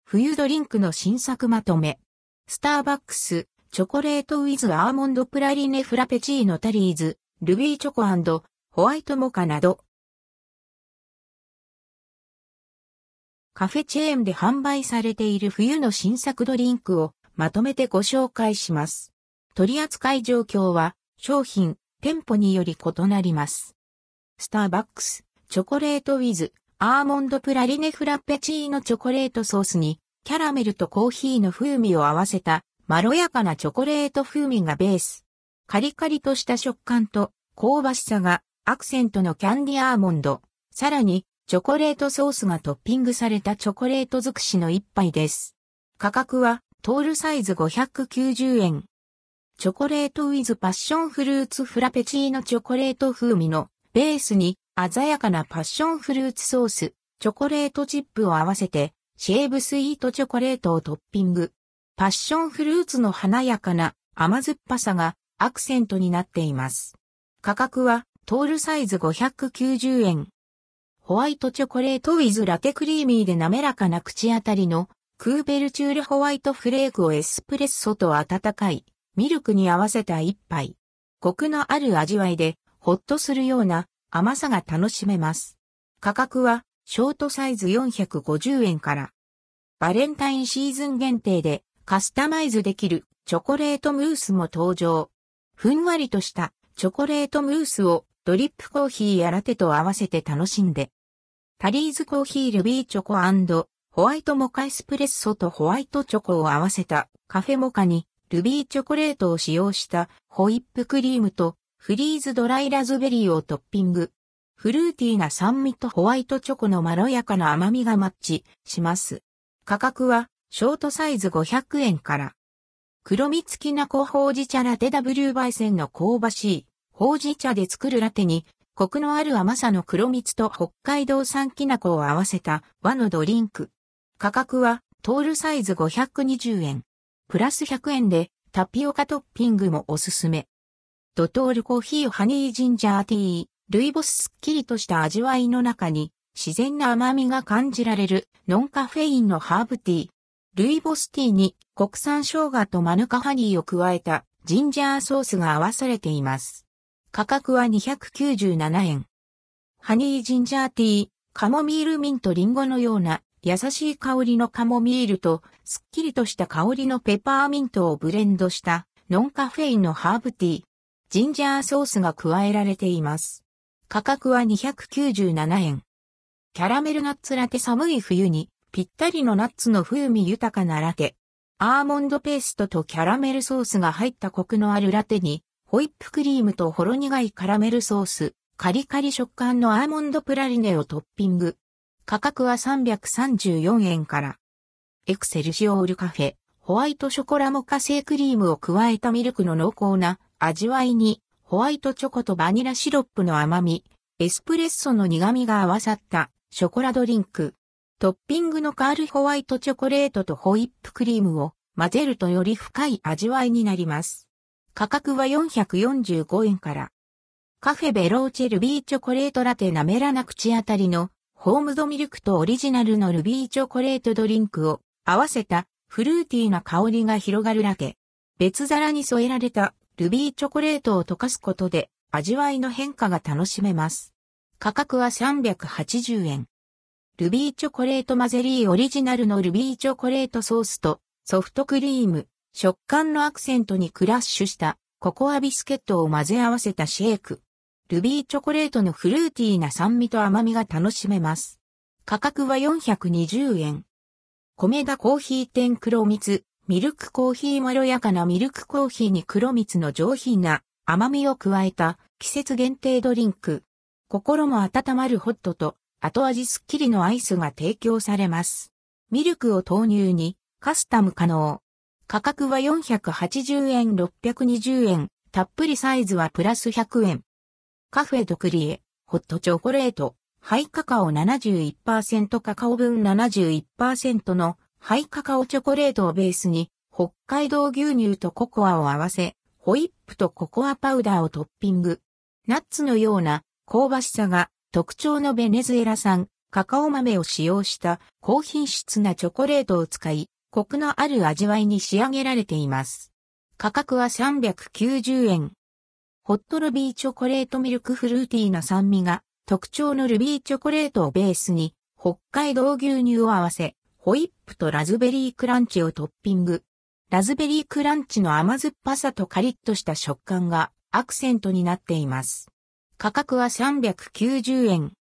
冬ドリンクの新作まとめ。スターバックス、チョコレートウィズアーモンドプラリネフラペチーノタリーズ、ルビーチョコ&ホワイトモカなど。カフェチェーンで販売されている冬の新作ドリンクをまとめてご紹介します。取扱状況は商品、店舗により異なります。スターバックス、チョコレートウィズ、アーモンドプラリネフラペチーノチョコレートソースにキャラメルとコーヒーの風味を合わせたまろやかなチョコレート風味がベース。カリカリとした食感と香ばしさがアクセントのキャンディアーモンド。さらにチョコレートソースがトッピングされたチョコレート尽くしの一杯です。価格はトールサイズ590円。チョコレートウィズパッションフルーツフラペチーノチョコレート風味のベースに鮮やかなパッションフルーツソース、チョコレートチップを合わせてシェーブスイートチョコレートをトッピング。パッションフルーツの華やかな甘酸っぱさがアクセントになっています。価格はトールサイズ590円。ホワイトチョコレートウィズラテクリーミーで滑らかな口当たりのクーベルチュールホワイトフレークをエスプレッソと温かいミルクに合わせた一杯。コクのある味わいでホッとするような甘さが楽しめます。価格はショートサイズ450円から。バレンタインシーズン限定でカスタマイズできるチョコレートムースも登場。ふんわりとしたチョコレートムースをドリップコーヒーやラテと合わせて楽しんで。タリーズコーヒールビーチョコ&ホワイトモカエスプレッソとホワイトチョコを合わせたカフェモカにルビーチョコレートを使用したホイップクリームとフリーズドライラズベリーをトッピング。フルーティーな酸味とホワイトチョコのまろやかな甘みがマッチします。価格はショートサイズ500円から。黒蜜きなこほうじ茶ラテ W 焙煎の香ばしいほうじ茶で作るラテにコクのある甘さの黒蜜と北海道産きな粉を合わせた和のドリンク。価格はトールサイズ520円。プラス100円でタピオカトッピングもおすすめ。ドトールコーヒーハニージンジャーティー。ルイボスすっきりとした味わいの中に自然な甘みが感じられるノンカフェインのハーブティー。ルイボスティーに国産生姜とマヌカハニーを加えたジンジャーソースが合わされています。価格は297円。ハニージンジャーティー、カモミールミントリンゴのような優しい香りのカモミールとすっきりとした香りのペパーミントをブレンドしたノンカフェインのハーブティー。ジンジャーソースが加えられています。価格は297円。キャラメルナッツラテ寒い冬にぴったりのナッツの風味豊かなラテ。アーモンドペーストとキャラメルソースが入ったコクのあるラテにホイップクリームとほろ苦いカラメルソース、カリカリ食感のアーモンドプラリネをトッピング。価格は334円から。エクセルシオールカフェ、ホワイトショコラモカ製クリームを加えたミルクの濃厚な味わいに、ホワイトチョコとバニラシロップの甘み、エスプレッソの苦味が合わさったショコラドリンク。トッピングのカールホワイトチョコレートとホイップクリームを混ぜるとより深い味わいになります。価格は445円から。カフェベローチェルビーチョコレートラテ滑らな口当たりのホームドミルクとオリジナルのルビーチョコレートドリンクを合わせたフルーティーな香りが広がるラテ。別皿に添えられたルビーチョコレートを溶かすことで味わいの変化が楽しめます。価格は380円。ルビーチョコレートマゼリーオリジナルのルビーチョコレートソースとソフトクリーム、食感のアクセントにクラッシュしたココアビスケットを混ぜ合わせたシェイク。ルビーチョコレートのフルーティーな酸味と甘みが楽しめます。価格は420円。米田コーヒー店黒蜜、ミルクコーヒーまろやかなミルクコーヒーに黒蜜の上品な甘みを加えた季節限定ドリンク。心も温まるホットと後味すっきりのアイスが提供されます。ミルクを投入にカスタム可能。価格は480円620円。たっぷりサイズはプラス100円。カフェドクリエ、ホットチョコレート、ハイカカオ 71% カカオ分 71% のハイカカオチョコレートをベースに北海道牛乳とココアを合わせ、ホイップとココアパウダーをトッピング。ナッツのような香ばしさが特徴のベネズエラ産カカオ豆を使用した高品質なチョコレートを使い、コクのある味わいに仕上げられています。価格は390円。ホットルビーチョコレートミルクフルーティーな酸味が特徴のルビーチョコレートをベースに北海道牛乳を合わせ、ホイップとラズベリークランチをトッピング。ラズベリークランチの甘酸っぱさとカリッとした食感がアクセントになっています。価格は390円。